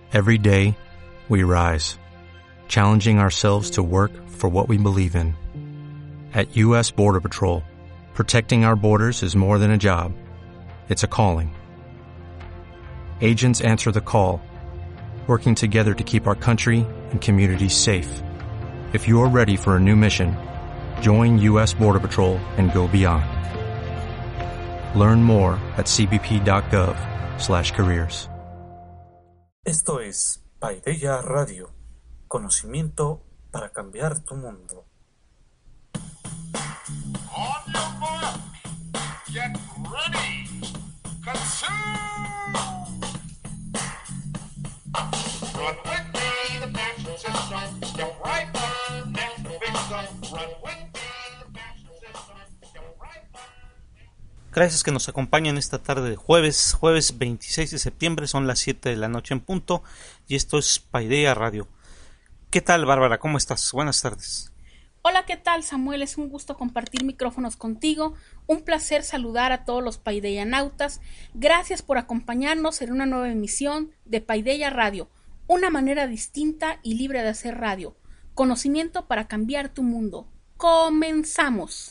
Every day, we rise, challenging ourselves to work for what we believe in. At U.S. Border Patrol, protecting our borders is more than a job. It's a calling. Agents answer the call, working together to keep our country and communities safe. If you're ready for a new mission, join U.S. Border Patrol and go beyond. Learn more at cbp.gov/careers. Esto es Paideia Radio, conocimiento para cambiar tu mundo. On your mark, get ready, consume! Run with me, the fashion system, step right up, next the big stuff. Run with me, the fashion system, step right up. Gracias que nos acompañan esta tarde de jueves 26 de septiembre, son las 7 de la noche en punto, y esto es Paideia Radio. ¿Qué tal, Bárbara? ¿Cómo estás? Buenas tardes. Hola, ¿qué tal, Samuel? Es un gusto compartir micrófonos contigo, un placer saludar a todos los paideianautas. Gracias por acompañarnos en una nueva emisión de Paideia Radio, una manera distinta y libre de hacer radio. Conocimiento para cambiar tu mundo. ¡Comenzamos!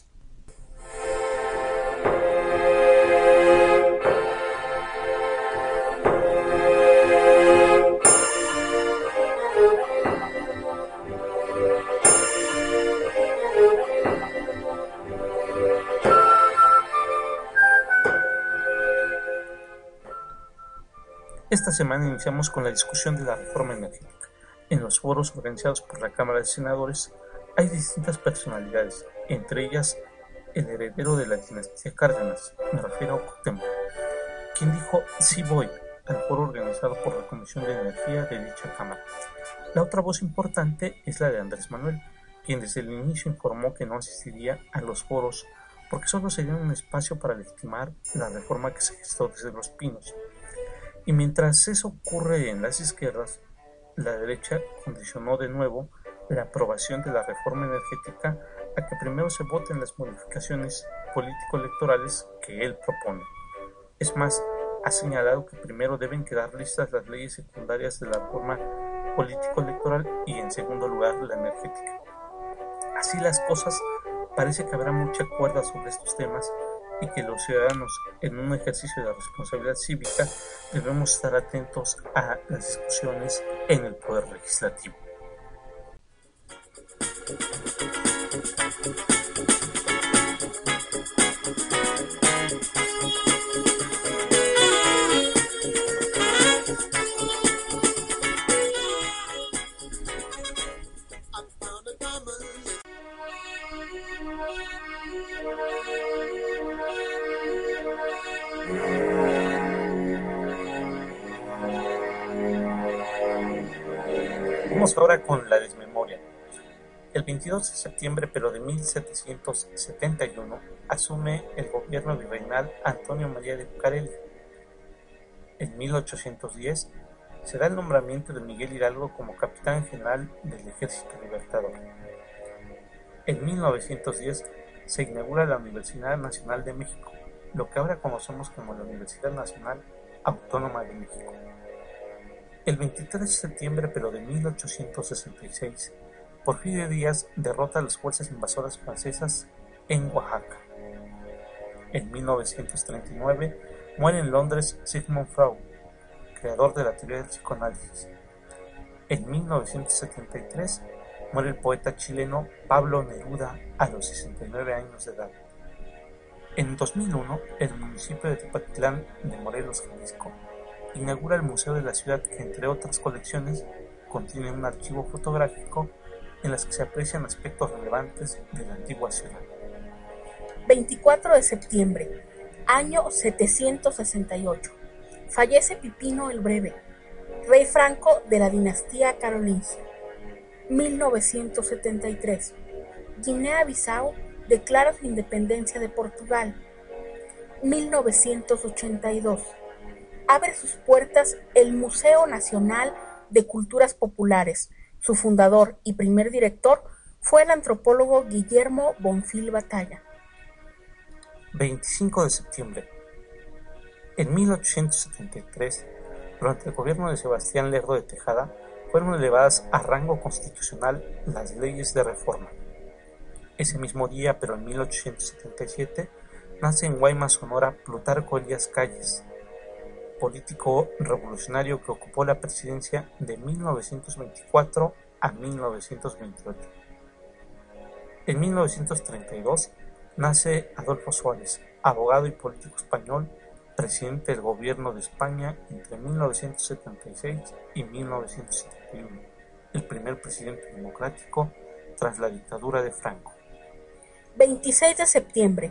Esta semana iniciamos con la discusión de la reforma energética. En los foros organizados por la Cámara de Senadores hay distintas personalidades, entre ellas el heredero de la dinastía Cárdenas, me refiero a Cuauhtémoc, quien dijo "sí voy" al foro organizado por la Comisión de Energía de dicha Cámara. La otra voz importante es la de Andrés Manuel, quien desde el inicio informó que no asistiría a los foros porque solo sería un espacio para legitimar la reforma que se gestó desde Los Pinos. Y mientras eso ocurre en las izquierdas, la derecha condicionó de nuevo la aprobación de la reforma energética a que primero se voten las modificaciones político-electorales que él propone. Es más, ha señalado que primero deben quedar listas las leyes secundarias de la reforma político-electoral y en segundo lugar la energética. Así las cosas, parece que habrá mucha cuerda sobre estos temas y que los ciudadanos, en un ejercicio de responsabilidad cívica, debemos estar atentos a las discusiones en el Poder Legislativo. Vamos ahora con la desmemoria. El 22 de septiembre, pero de 1771, asume el gobierno virreinal Antonio María de Bucareli. En 1810 se da el nombramiento de Miguel Hidalgo como capitán general del Ejército Libertador. En 1910 se inaugura la Universidad Nacional de México, lo que ahora conocemos como la Universidad Nacional Autónoma de México. El 23 de septiembre, pero de 1866, Porfirio Díaz derrota a las fuerzas invasoras francesas en Oaxaca. En 1939 muere en Londres Sigmund Freud, creador de la teoría del psicoanálisis. En 1973 muere el poeta chileno Pablo Neruda a los 69 años de edad. En 2001, el municipio de Tepatitlán de Morelos, Jalisco, inaugura el Museo de la Ciudad que, entre otras colecciones, contiene un archivo fotográfico en las que se aprecian aspectos relevantes de la antigua ciudad. 24 de septiembre, año 768. Fallece Pipino el Breve, rey franco de la dinastía carolingia. 1973. Guinea-Bissau declara su independencia de Portugal. 1982. Abre sus puertas el Museo Nacional de Culturas Populares. Su fundador y primer director fue el antropólogo Guillermo Bonfil Batalla. 25 de septiembre. En 1873 Durante el gobierno de Sebastián Lerdo de Tejada fueron elevadas a rango constitucional las leyes de reforma. Ese mismo día, pero en 1877, nace en Guaymas, Sonora, Plutarco Elías Calles, político revolucionario que ocupó la presidencia de 1924 a 1928. En 1932 nace Adolfo Suárez, abogado y político español, presidente del gobierno de España entre 1976 y 1971, el primer presidente democrático tras la dictadura de Franco. 26 de septiembre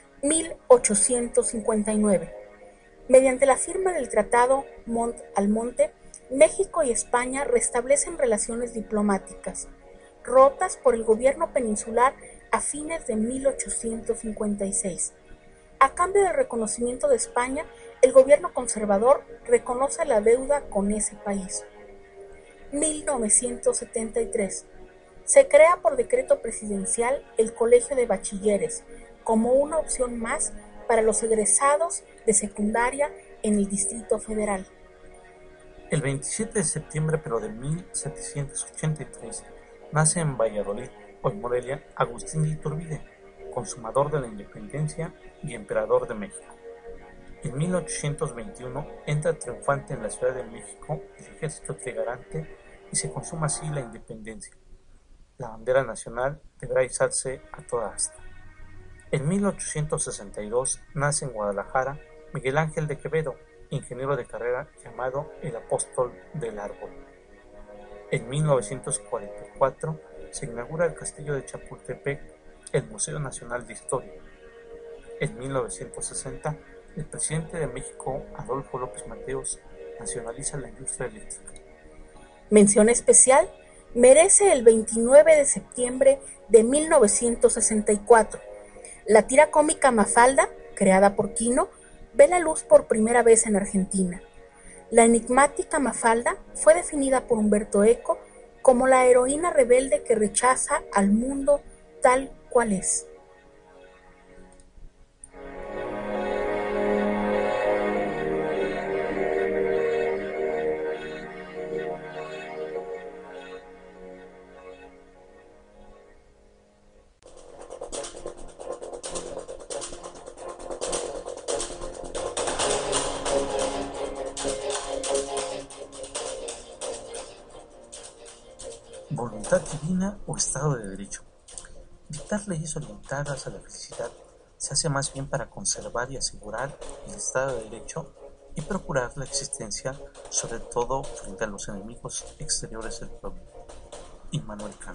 1859. Mediante la firma del Tratado Mont-Almonte, México y España restablecen relaciones diplomáticas, rotas por el gobierno peninsular a fines de 1856. A cambio del reconocimiento de España, el gobierno conservador reconoce la deuda con ese país. 1973. Se crea por decreto presidencial el Colegio de Bachilleres como una opción más para los egresados de secundaria en el Distrito Federal. El 27 de septiembre pero de 1783 nace en Valladolid, hoy Morelia, Agustín de Iturbide, consumador de la independencia y emperador de México. En 1821 entra triunfante en la Ciudad de México el ejército trigarante y se consuma así la independencia. La bandera nacional deberá izarse a toda asta. En 1862 nace en Guadalajara Miguel Ángel de Quevedo, ingeniero de carrera llamado el Apóstol del Árbol. En 1944 se inaugura el Castillo de Chapultepec, el Museo Nacional de Historia. En 1960, el presidente de México, Adolfo López Mateos, nacionaliza la industria eléctrica. Mención especial merece el 29 de septiembre de 1964. La tira cómica Mafalda, creada por Quino, ve la luz por primera vez en Argentina. La enigmática Mafalda fue definida por Humberto Eco como la heroína rebelde que rechaza al mundo tal cual es. Voluntad divina o Estado de Derecho. Dictar leyes orientadas a la felicidad se hace más bien para conservar y asegurar el Estado de Derecho y procurar la existencia, sobre todo frente a los enemigos exteriores del pueblo. Immanuel Kant.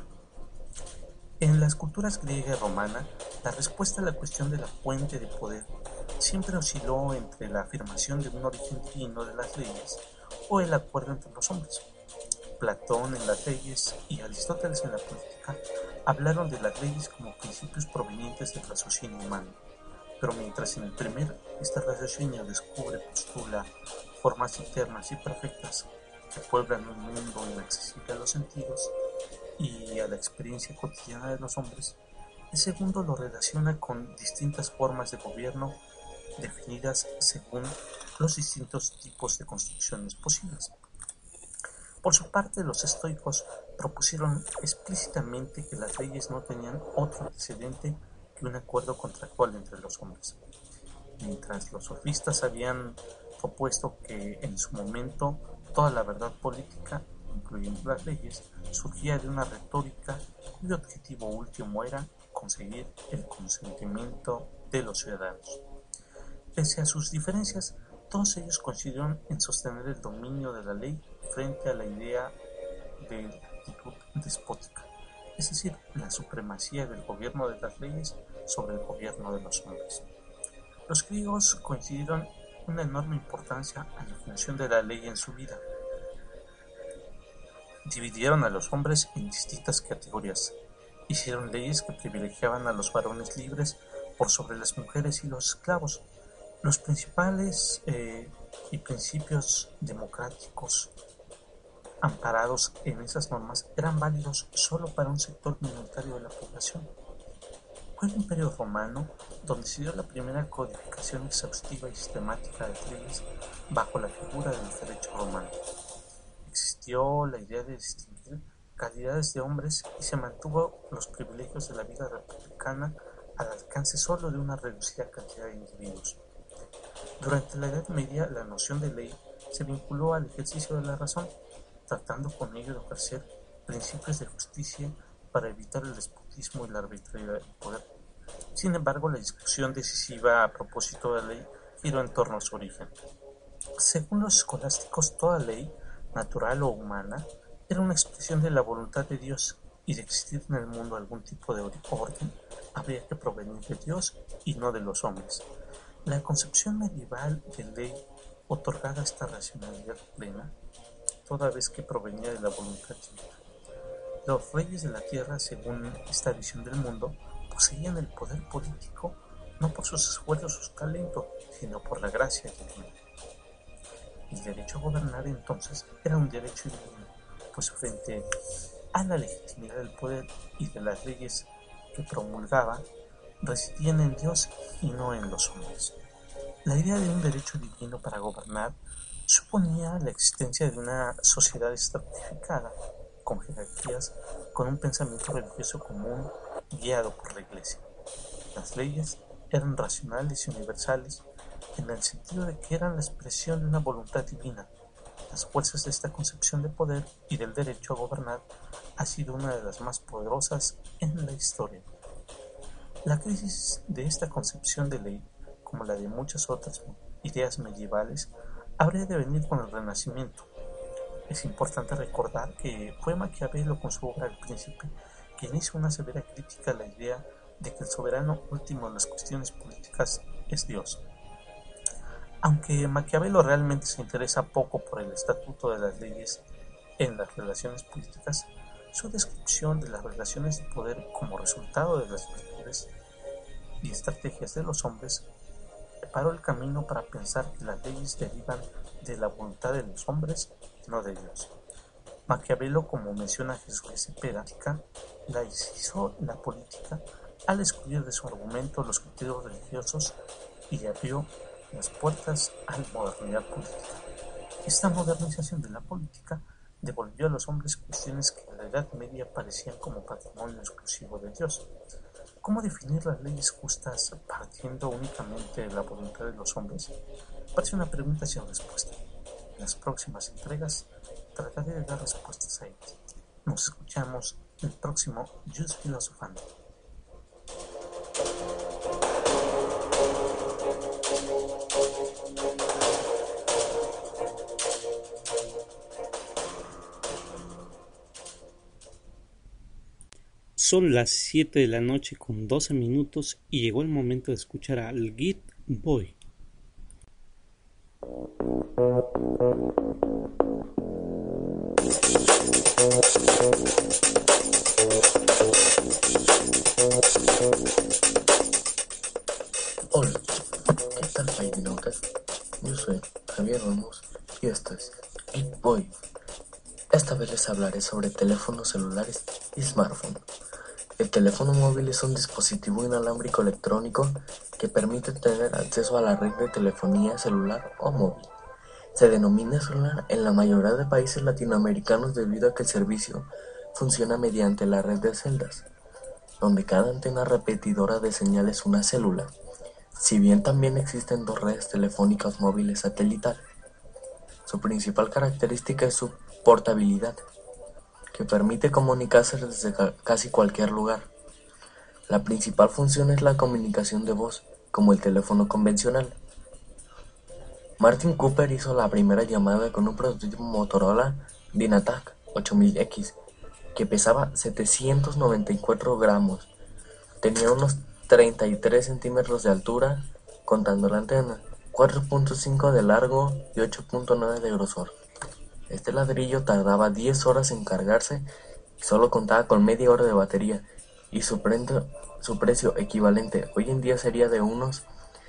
En las culturas griega y romana, la respuesta a la cuestión de la fuente de poder siempre osciló entre la afirmación de un origen divino de las leyes o el acuerdo entre los hombres. Platón en las leyes y Aristóteles en la política hablaron de las leyes como principios provenientes del raciocinio humano, pero mientras en el primero este raciocinio descubre, postula formas internas y perfectas que pueblan un mundo inaccesible a los sentidos y a la experiencia cotidiana de los hombres, el segundo lo relaciona con distintas formas de gobierno definidas según los distintos tipos de construcciones posibles. Por su parte, los estoicos propusieron explícitamente que las leyes no tenían otro antecedente que un acuerdo contractual entre los hombres, mientras los sofistas habían propuesto que en su momento toda la verdad política, incluyendo las leyes, surgía de una retórica cuyo objetivo último era conseguir el consentimiento de los ciudadanos. Pese a sus diferencias, todos ellos coincidieron en sostener el dominio de la ley frente a la idea de actitud despótica, es decir, la supremacía del gobierno de las leyes sobre el gobierno de los hombres. Los griegos coincidieron una enorme importancia a la función de la ley en su vida. Dividieron a los hombres en distintas categorías, hicieron leyes que privilegiaban a los varones libres por sobre las mujeres y los esclavos. Los principales y principios democráticos amparados en esas normas eran válidos solo para un sector minoritario de la población. Fue el Imperio Romano donde se dio la primera codificación exhaustiva y sistemática de leyes bajo la figura del derecho romano. Existió la idea de distinguir calidades de hombres y se mantuvo los privilegios de la vida republicana al alcance solo de una reducida cantidad de individuos. Durante la Edad Media, la noción de ley se vinculó al ejercicio de la razón, tratando con ello de ofrecer principios de justicia para evitar el despotismo y la arbitrariedad del poder. Sin embargo, la discusión decisiva a propósito de la ley giró en torno a su origen. Según los escolásticos, toda ley, natural o humana, era una expresión de la voluntad de Dios, y de existir en el mundo algún tipo de orden, habría que provenir de Dios y no de los hombres. La concepción medieval de ley otorgaba esta racionalidad plena, toda vez que provenía de la voluntad divina. Los reyes de la tierra, según esta visión del mundo, poseían el poder político no por sus esfuerzos o su talento, sino por la gracia divina. El derecho a gobernar entonces era un derecho divino, pues frente a la legitimidad del poder y de las leyes que promulgaba, residían en Dios y no en los hombres. La idea de un derecho divino para gobernar suponía la existencia de una sociedad estratificada, con jerarquías, con un pensamiento religioso común guiado por la Iglesia. Las leyes eran racionales y universales en el sentido de que eran la expresión de una voluntad divina. Las fuerzas de esta concepción de poder y del derecho a gobernar ha sido una de las más poderosas en la historia. La crisis de esta concepción de ley, como la de muchas otras ideas medievales, habría de venir con el Renacimiento. Es importante recordar que fue Maquiavelo con su obra El Príncipe quien hizo una severa crítica a la idea de que el soberano último en las cuestiones políticas es Dios. Aunque Maquiavelo realmente se interesa poco por el estatuto de las leyes en las relaciones políticas, su descripción de las relaciones de poder como resultado de las virtudes y estrategias de los hombres preparó el camino para pensar que las leyes derivan de la voluntad de los hombres, no de Dios. Maquiavelo, como menciona Jesús Cepeda, laicizó la política al excluir de su argumento los criterios religiosos y abrió las puertas a la modernidad política. Esta modernización de la política devolvió a los hombres cuestiones que en la Edad Media parecían como patrimonio exclusivo de Dios. ¿Cómo definir las leyes justas partiendo únicamente de la voluntad de los hombres? Parece una pregunta sin respuesta. En las próximas entregas trataré de dar respuestas a ellas. Nos escuchamos el próximo Just Filosofando. Son las 7 de la noche con 12 minutos y llegó el momento de escuchar al Git Boy. Hola, ¿qué tal, paidinautas? Yo soy Javier Ramos y esto es Git Boy. Esta vez les hablaré sobre teléfonos celulares y smartphones. El teléfono móvil es un dispositivo inalámbrico electrónico que permite tener acceso a la red de telefonía celular o móvil. Se denomina celular en la mayoría de países latinoamericanos debido a que el servicio funciona mediante la red de celdas, donde cada antena repetidora de señal es una célula, si bien también existen dos redes telefónicas móviles satelitales. Su principal característica es su portabilidad, que permite comunicarse desde casi cualquier lugar. La principal función es la comunicación de voz, como el teléfono convencional. Martin Cooper hizo la primera llamada con un prototipo Motorola Dynatac 8000X, que pesaba 794 gramos, tenía unos 33 centímetros de altura, contando la antena, 4.5 de largo y 8.9 de grosor. Este ladrillo tardaba 10 horas en cargarse y solo contaba con media hora de batería, y su precio equivalente hoy en día sería de unos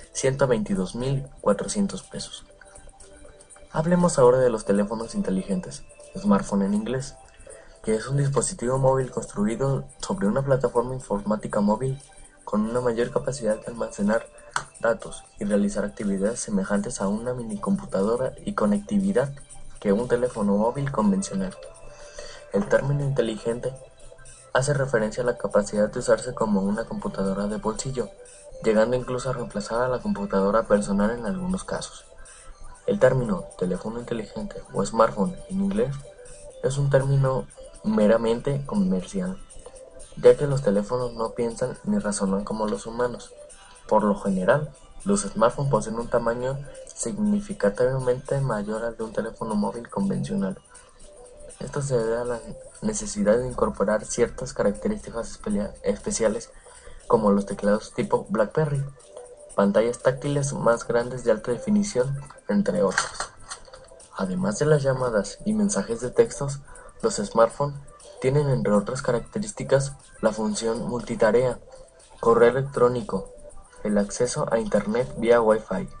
122,400 pesos. Hablemos ahora de los teléfonos inteligentes, smartphone en inglés, que es un dispositivo móvil construido sobre una plataforma informática móvil con una mayor capacidad de almacenar datos y realizar actividades semejantes a una minicomputadora y conectividad que un teléfono móvil convencional. El término inteligente hace referencia a la capacidad de usarse como una computadora de bolsillo, llegando incluso a reemplazar a la computadora personal en algunos casos. El término teléfono inteligente o smartphone en inglés es un término meramente comercial, ya que los teléfonos no piensan ni razonan como los humanos. Por lo general, los smartphones poseen un tamaño significativamente mayor al de un teléfono móvil convencional. Esto se debe a la necesidad de incorporar ciertas características especiales como los teclados tipo BlackBerry, pantallas táctiles más grandes de alta definición, entre otros. Además de las llamadas y mensajes de textos, los smartphones tienen, entre otras características, la función multitarea, correo electrónico, el acceso a Internet vía Wi-Fi,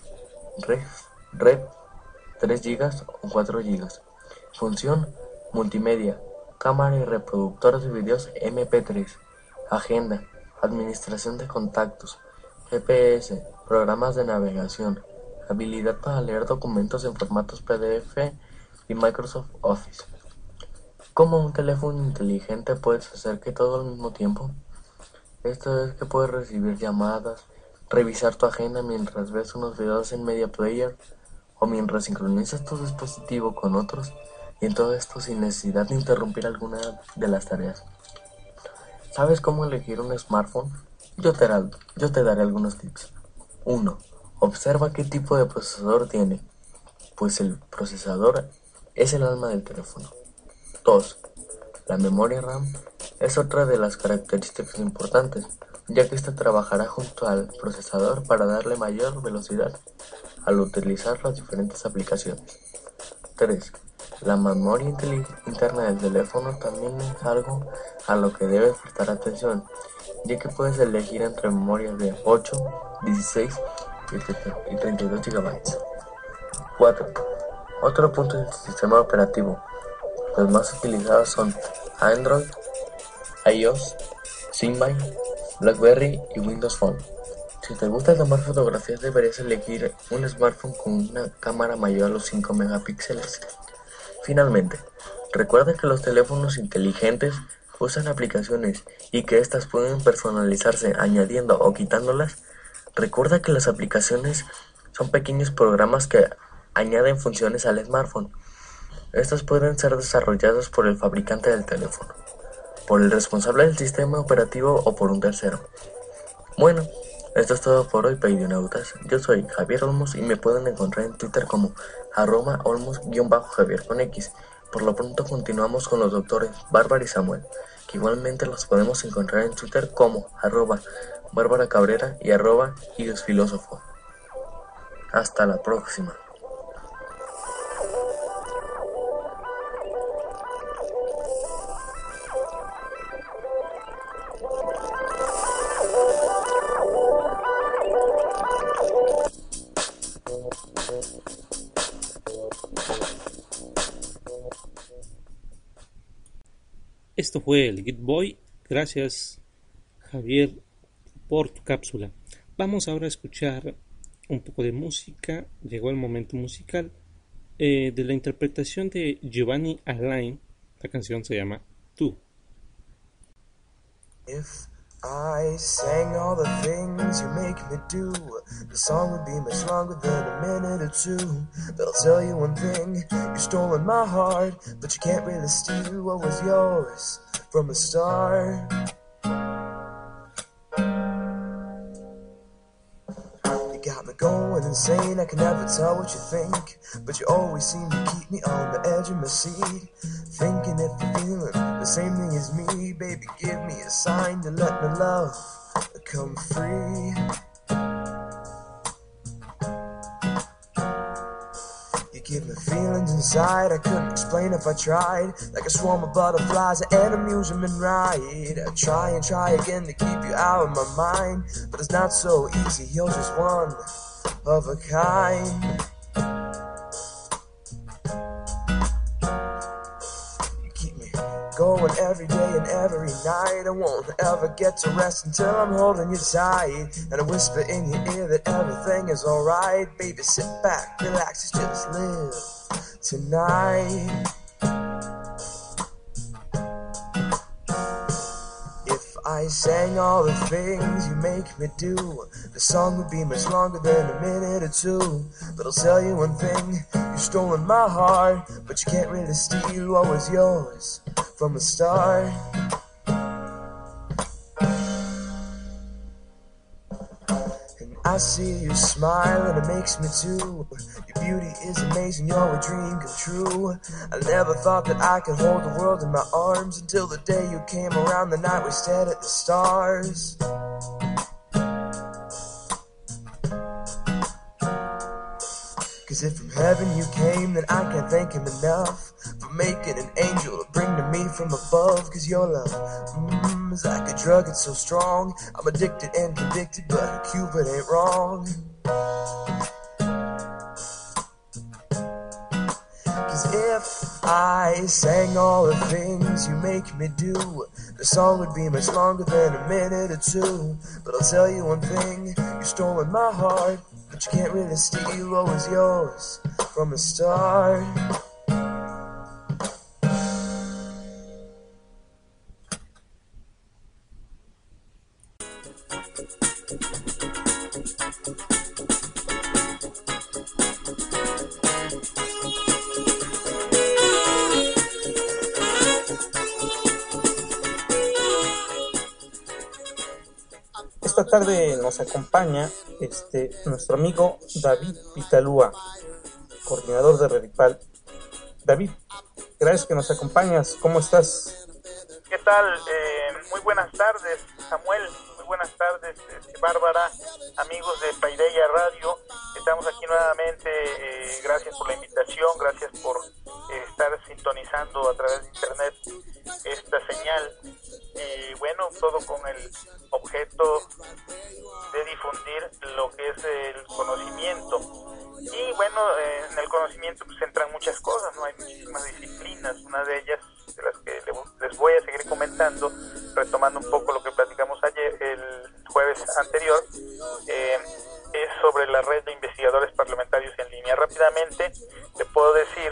red 3 GB o 4 GB, función multimedia, cámara y reproductor de videos MP3, agenda, administración de contactos, GPS, programas de navegación, habilidad para leer documentos en formatos PDF y Microsoft Office. ¿Cómo un teléfono inteligente puedes hacer que todo al mismo tiempo? Esto es que puedes recibir llamadas, revisar tu agenda mientras ves unos videos en Media Player o mientras sincronizas tu dispositivo con otros, y en todo esto sin necesidad de interrumpir alguna de las tareas. ¿Sabes cómo elegir un smartphone? Yo te daré algunos tips. 1. Observa qué tipo de procesador tiene, pues el procesador es el alma del teléfono. 2. La memoria RAM es otra de las características importantes, ya que esta trabajará junto al procesador para darle mayor velocidad al utilizar las diferentes aplicaciones. 3. La memoria interna del teléfono también es algo a lo que debes prestar atención, ya que puedes elegir entre memorias de 8, 16 y 32 GB. 4. Otro punto del sistema operativo. Los más utilizados son Android, iOS, Symbian, BlackBerry y Windows Phone. Si te gusta tomar fotografías, deberías elegir un smartphone con una cámara mayor a los 5 megapíxeles. Finalmente, recuerda que los teléfonos inteligentes usan aplicaciones y que éstas pueden personalizarse añadiendo o quitándolas. Recuerda que las aplicaciones son pequeños programas que añaden funciones al smartphone. Estos pueden ser desarrollados por el fabricante del teléfono, por el responsable del sistema operativo o por un tercero. Bueno, esto es todo por hoy, Paidionautas. Yo soy Javier Olmos y me pueden encontrar en Twitter como @olmos_Javier con X. Por lo pronto continuamos con los doctores Bárbara y Samuel, que igualmente los podemos encontrar en Twitter como @Bárbara Cabrera y @IusFilósofo. Hasta la próxima. Esto fue el Geek Boy. Gracias, Javier, por tu cápsula. Vamos ahora a escuchar un poco de música. Llegó el momento musical de la interpretación de Giovanni Alain. La canción se llama Tú. If I sang all the things you make me do, the song would be much longer than a minute or two. But I'll tell you one thing, you've stolen my heart, but you can't really steal what was yours from the start. You got me going insane, I can never tell what you think, but you always seem to keep me on the edge of my seat. Thinking if you're feeling the same thing as me, baby, give me a sign to let my love come free. You give me feelings inside I couldn't explain if I tried, like a swarm of butterflies at an amusement ride. I try and try again to keep you out of my mind, but it's not so easy, you're just one of a kind. going every day and every night. I won't ever get to rest until I'm holding you tight. And I whisper in your ear that everything is alright. Baby, sit back, relax, just live tonight. If I sang all the things you make me do, the song would be much longer than a minute or two. But I'll tell you one thing, you've stolen my heart, but you can't really steal what was yours from the start. And I see you smile and it makes me too. Your beauty is amazing, you're a dream come true. I never thought that I could hold the world in my arms until the day you came around, the night we stared at the stars. Cause if from heaven you came, then I can't thank him enough for making an angel to bring to me from above. Cause your love is like a drug, it's so strong. I'm addicted and convicted, but Cupid ain't wrong. Cause if I sang all the things you make me do, the song would be much longer than a minute or two. But I'll tell you one thing, you've stolen my heart, but you can't really steal what was yours from the start. Esta tarde nos acompaña nuestro amigo David Pitalúa, coordinador de Redipal. David, gracias que nos acompañas. ¿Cómo estás? ¿Qué tal? Muy buenas tardes, Samuel. Muy buenas tardes, Bárbara, amigos de Paideia Radio. Estamos aquí nuevamente. Gracias por la invitación, gracias por estar sintonizando a través de internet esta señal. Bueno, todo con el objeto de difundir lo que es el conocimiento. Y bueno, en el conocimiento pues entran muchas cosas, ¿no? Hay muchísimas disciplinas. Una de ellas, de las que les voy a seguir comentando, retomando un poco lo que platicamos ayer, el jueves anterior, es sobre la red de investigadores parlamentarios en línea. Rápidamente les puedo decir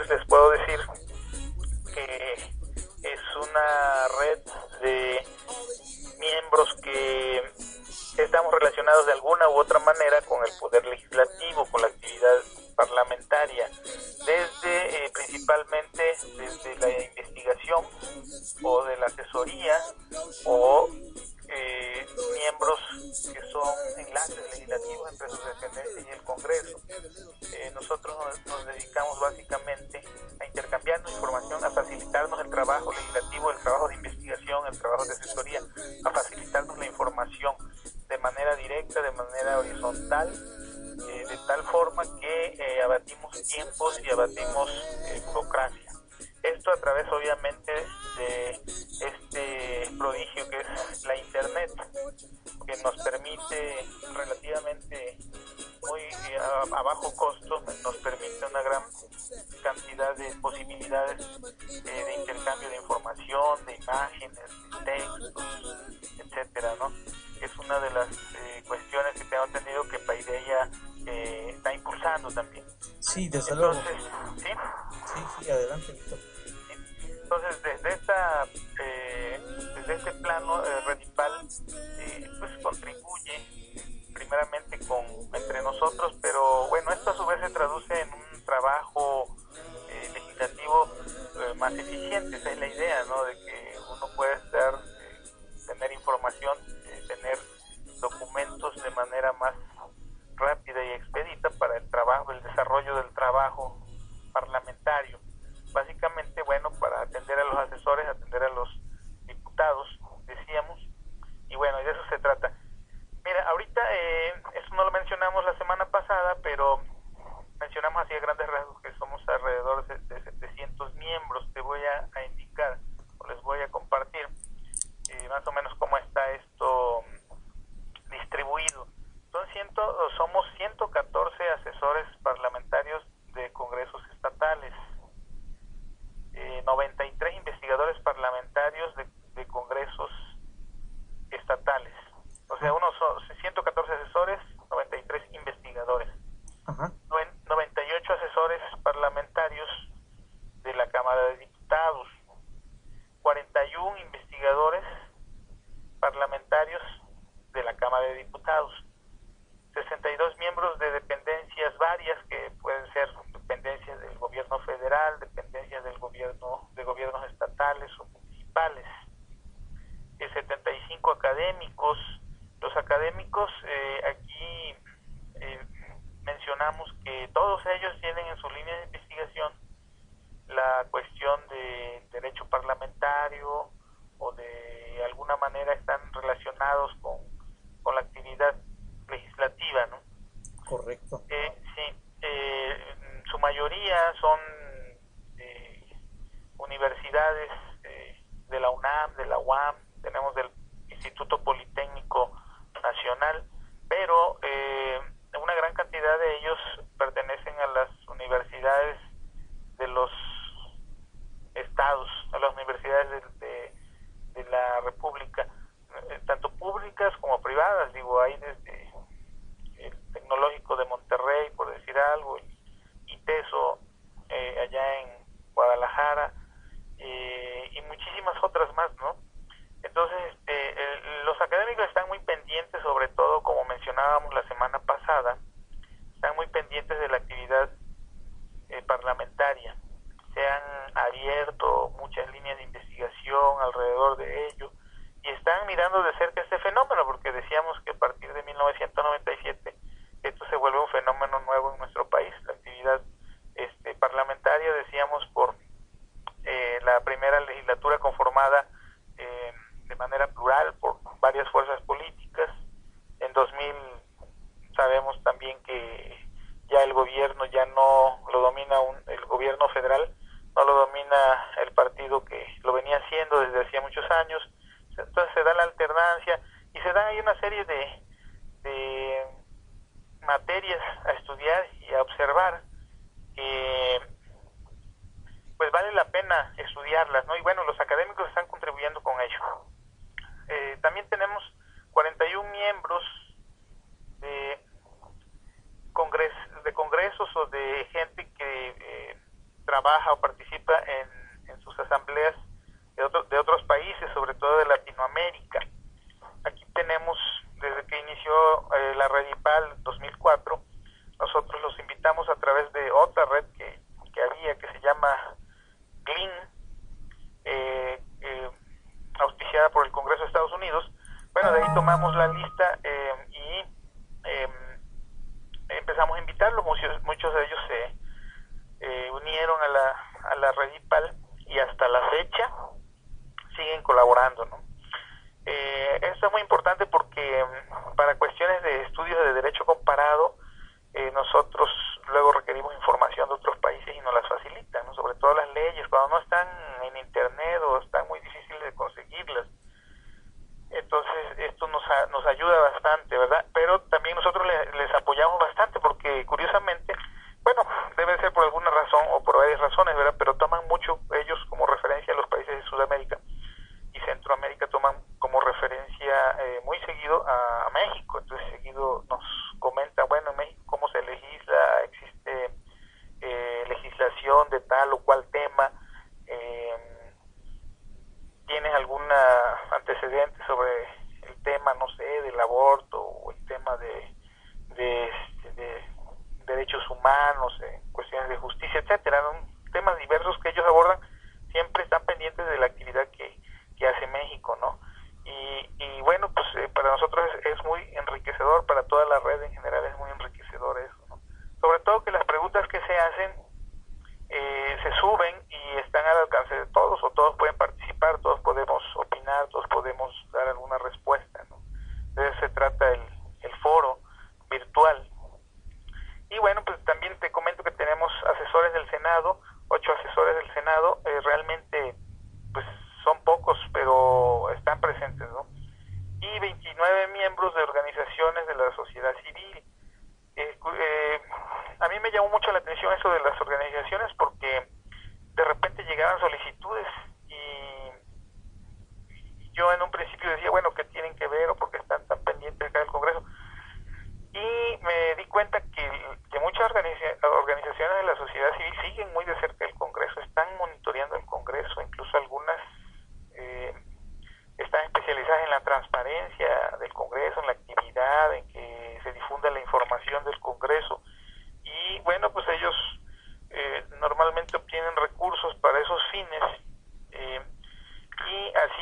que es una red de miembros que estamos relacionados de alguna u otra manera con el poder legislativo, con la actividad parlamentaria, desde principalmente desde la investigación o de la asesoría o miembros que son enlaces legislativos entre su dependencia y el Congreso. Nosotros nos dedicamos básicamente a intercambiarnos información, a facilitarnos el trabajo legislativo, el trabajo de investigación, el trabajo de asesoría, a facilitarnos la información de manera directa, de manera horizontal, de tal forma que abatimos tiempos y abatimos burocracia. Esto a través obviamente de este prodigio que es la internet, que nos permite relativamente muy a bajo costo, nos permite una gran cantidad de posibilidades de intercambio de información, de imágenes, de textos, etcétera, ¿no? Es una de las cuestiones que tengo entendido que Paideia está impulsando también. Sí, desde luego. ¿Sí? Sí, adelante, Víctor. Entonces, desde este plano, Redipal pues contribuye primeramente entre nosotros, pero bueno, esto a su vez se traduce en un trabajo legislativo más eficiente. Esa es la idea, ¿no? De que uno pueda tener información, tener documentos de manera más rápida y expedita para el trabajo, el desarrollo del trabajo parlamentario. Básicamente, bueno, para atender a los asesores, atender a los diputados, decíamos, y bueno, de eso se trata. Mira, ahorita, eso no lo mencionamos la semana pasada, pero mencionamos así a grandes rasgos que somos alrededor de 700 miembros. Te voy a indicar, o les voy a compartir, más o menos cómo está esto distribuido. Somos 114 asesores parlamentarios de congresos estatales, 93 investigadores parlamentarios estatales o municipales. 75 académicos. Los académicos, aquí mencionamos que todos ellos tienen en su línea de investigación la cuestión de derecho parlamentario o de alguna manera están relacionados con la actividad legislativa, ¿no? Correcto. Su mayoría son universidades de la UNAM, de la UAM, tenemos del Instituto Politécnico Nacional, pero una gran cantidad de ellos pertenecen a las universidades de los estados, a las universidades de la República, tanto públicas como privadas. Digo, hay desde el Tecnológico de Monterrey, por decir algo, el ITESO allá en Guadalajara, y muchísimas otras más, ¿no? Entonces, los académicos están muy pendientes, sobre todo, como mencionábamos la semana pasada, están muy pendientes de la actividad parlamentaria. Se han abierto muchas líneas de investigación alrededor de ello y están mirando de cerca este fenómeno, porque decíamos que a partir de 1997 esto se vuelve un fenómeno nuevo en nuestro país, la actividad parlamentaria, decíamos, por la primera legislatura conformada de manera plural por varias fuerzas políticas. En 2000 sabemos también que ya el gobierno ya no lo domina el gobierno federal, no lo domina el partido que lo venía haciendo desde hacía muchos años. Entonces se da la alternancia y se dan ahí una serie de materias a estudiar y a observar que pues vale la pena estudiarlas, ¿no? Y bueno, los académicos están contribuyendo con ello. También tenemos 41 miembros de congresos o de gente que trabaja o participa en sus asambleas de otros países, sobre todo de Latinoamérica. Aquí tenemos, desde que inició la red IPAL 2004, nosotros los invitamos a través de otra red que había, que se llama GLIN, auspiciada por el Congreso de Estados Unidos. Bueno, de ahí tomamos la lista y empezamos a invitarlos. Muchos de ellos se unieron a la red IPAL y hasta la fecha siguen colaborando, ¿no? Esto es muy importante porque para cuestiones de estudios de derecho comparado, nosotros luego requerimos información de otros países y nos las facilitan, ¿no? Sobre todo las leyes, cuando no están en internet o están muy difíciles de conseguirlas. Entonces esto nos ayuda bastante, ¿verdad? Pero también nosotros les apoyamos bastante porque curiosamente, bueno, debe ser por alguna razón o por varias razones, ¿verdad? Pero toman mucho ellos como referencia a los países de Sudamérica y Centroamérica, toman como referencia muy seguido a México. Entonces seguido nos comenta, bueno, en México cómo se legisla, existe legislación de tal o cual tema, tienes algún antecedente sobre el tema, no sé, del aborto o el tema de derechos humanos, cuestiones de justicia, etcétera, ¿no? Temas diversos que ellos abordan, siempre están pendientes de la actividad que hace México, ¿no? Y bueno, pues para nosotros es muy enriquecedor, para toda la red en general es muy enriquecedor eso, ¿no? Sobre todo que las preguntas que se hacen se suben y están al alcance de todos, o todos pueden participar, todos podemos opinar, todos podemos dar alguna respuesta, ¿no? De eso se trata el foro virtual. Y bueno, pues también te comento que tenemos asesores del Senado, 8 asesores del Senado, realmente pues son pocos, pero están presentes, ¿no? Y 29 miembros de organizaciones de la sociedad civil. A mí me llamó mucho la atención eso de las organizaciones porque de repente llegaban solicitudes y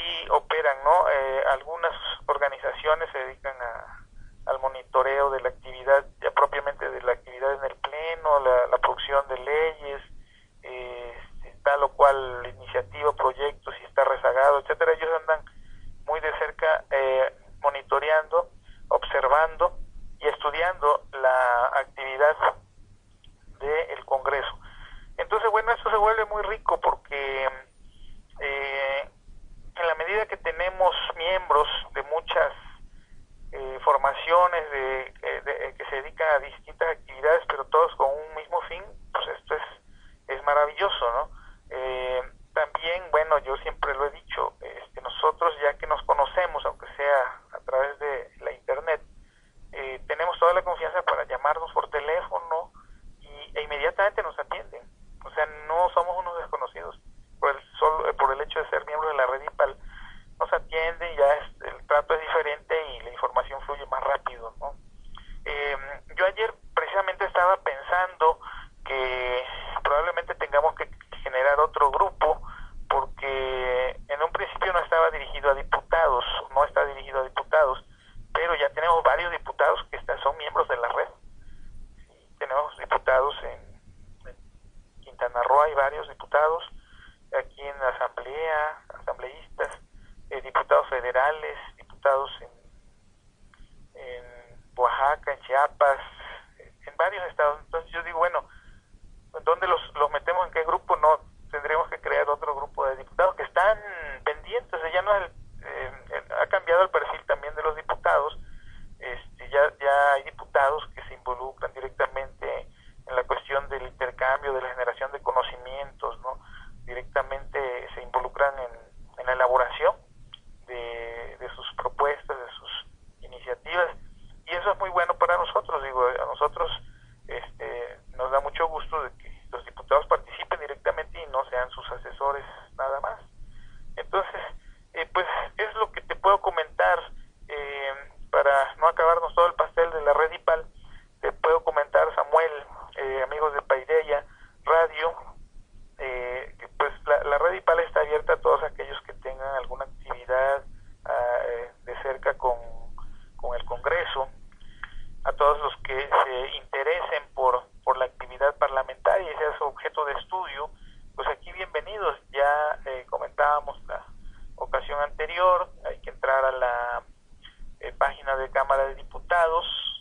así operan, ¿no? Algunas organizaciones se dedican al monitoreo de la actividad, ya propiamente de la actividad en el pleno, la producción de leyes, tal o cual iniciativa, proyecto, si está rezagado, etcétera. Ellos andan muy de cerca monitoreando, observando y estudiando la actividad del Congreso. Entonces, bueno, esto se vuelve muy rico porque en la medida que tenemos miembros de muchas formaciones que se dedican a distintas actividades, pero todos con un mismo fin, pues esto es maravilloso, ¿no? También, bueno, yo siempre lo he dicho, nosotros ya que nos conocemos, aunque sea a través de la internet, tenemos toda la confianza para llamarnos por teléfono e inmediatamente nos atienden. O sea, no somos unos desconocidos por el hecho de ser miembros de la red IPAL. Nos atienden, ya el trato es diferente y la información fluye más rápido, ¿no? Yo ayer precisamente estaba pensando que probablemente tengamos que generar otro grupo, porque en un principio no estaba dirigido a diputados, no está dirigido a diputados, pero ya tenemos varios diputados que son miembros de la red. Tenemos diputados en Quintana Roo, hay varios diputados, aquí en la asamblea, asambleístas, diputados federales, diputados en Oaxaca, en Chiapas, en varios estados. Entonces yo digo, bueno, ¿dónde los metemos? ¿En qué grupo? No, tendremos que crear otro grupo de diputados que están pendientes. O sea, ya no ha cambiado el perfil también de los diputados. Ya hay diputados que se involucran directamente en la cuestión del intercambio, de la generación de conocimientos, ¿no? Directamente se involucran en la elaboración de sus propuestas, de sus iniciativas, y eso es muy bueno para nosotros. Digo, a nosotros nos da mucho gusto de que los diputados participen directamente y no sean sus asesores nada más. Entonces, pues es lo que te puedo comentar. Para no acabarnos todo el pastel de la red IPAL, te puedo comentar, Samuel, amigos de Paideia Radio, que pues la red IPAL está abierta a todos aquellos que tengan alguna actividad de cerca con el Congreso, a todos los que se interesen por la actividad parlamentaria y sea su objeto de estudio, pues aquí bienvenidos. Ya comentábamos la ocasión anterior, hay que entrar a la página de Cámara de Diputados,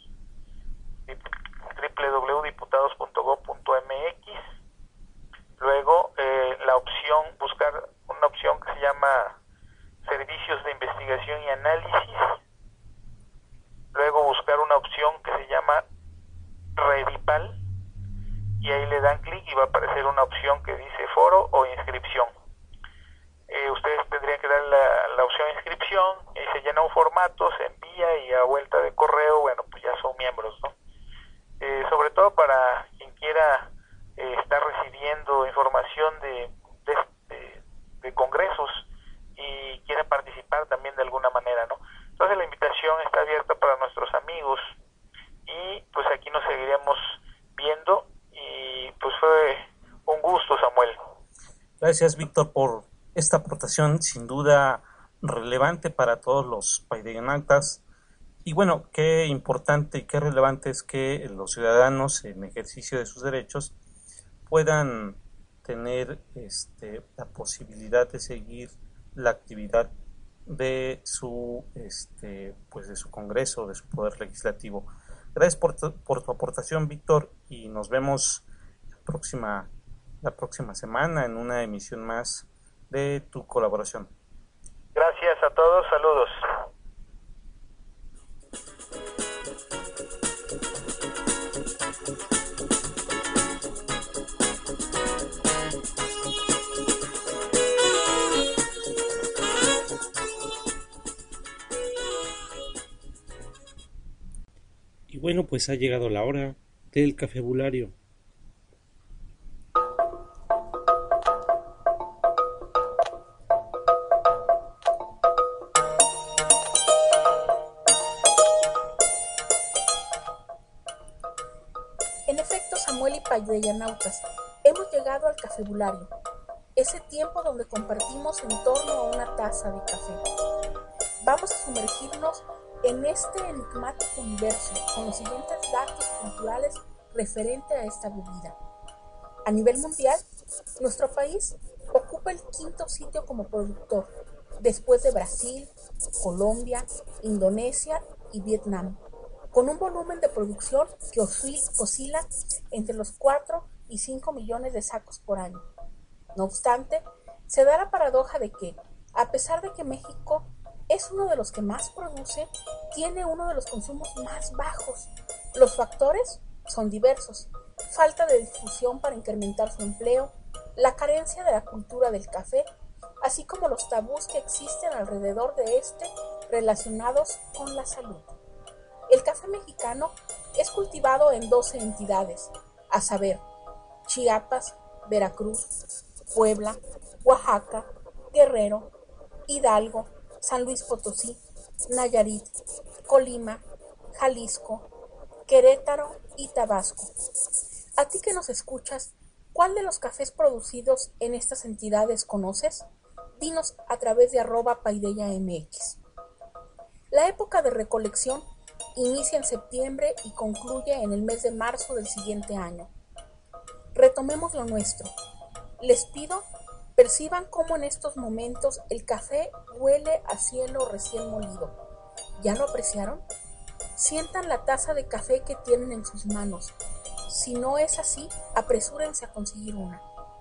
www.diputados.gov.mx. Luego buscar una opción que se llama Servicios de Investigación y Análisis. Luego buscar una opción que se llama Redipal, y ahí le dan clic y va a aparecer una opción que dice Foro o Inscripción. Ustedes tendrían que dar la opción inscripción y se llena un formato, se envía y a vuelta de correo, bueno, pues ya son miembros, ¿no? Sobre todo para quien quiera estar recibiendo información de congresos y quiera participar también de alguna manera, ¿no? Entonces la invitación está abierta para nuestros amigos y pues aquí nos seguiremos viendo y pues fue un gusto, Samuel. Gracias, Víctor, por esta aportación sin duda relevante para todos los paideyanautas. Y bueno, qué importante y qué relevante es que los ciudadanos en ejercicio de sus derechos puedan tener la posibilidad de seguir la actividad de su pues de su Congreso, de su poder legislativo. Gracias por tu aportación, Víctor, y nos vemos la próxima semana en una emisión más de tu colaboración. Gracias a todos, saludos. Y bueno, pues ha llegado la hora del cafebulario. En efecto, Samuel y paideyanautas, hemos llegado al cafebulario, ese tiempo donde compartimos en torno a una taza de café. Vamos a sumergirnos en este enigmático universo con los siguientes datos culturales referente a esta bebida. A nivel mundial, nuestro país ocupa el 5º sitio como productor, después de Brasil, Colombia, Indonesia y Vietnam, con un volumen de producción que oscila entre los 4 y 5 millones de sacos por año. No obstante, se da la paradoja de que, a pesar de que México es uno de los que más produce, tiene uno de los consumos más bajos. Los factores son diversos: falta de difusión para incrementar su empleo, la carencia de la cultura del café, así como los tabús que existen alrededor de este relacionados con la salud. El café mexicano es cultivado en 12 entidades, a saber, Chiapas, Veracruz, Puebla, Oaxaca, Guerrero, Hidalgo, San Luis Potosí, Nayarit, Colima, Jalisco, Querétaro y Tabasco. A ti que nos escuchas, ¿cuál de los cafés producidos en estas entidades conoces? Dinos a través de @PaideyaMX. La época de recolección inicia en septiembre y concluye en el mes de marzo del siguiente año. Retomemos lo nuestro. Les pido perciban cómo en estos momentos el café huele a cielo recién molido. ¿Ya lo apreciaron? Sientan la taza de café que tienen en sus manos. Si no es así, apresúrense a conseguir una.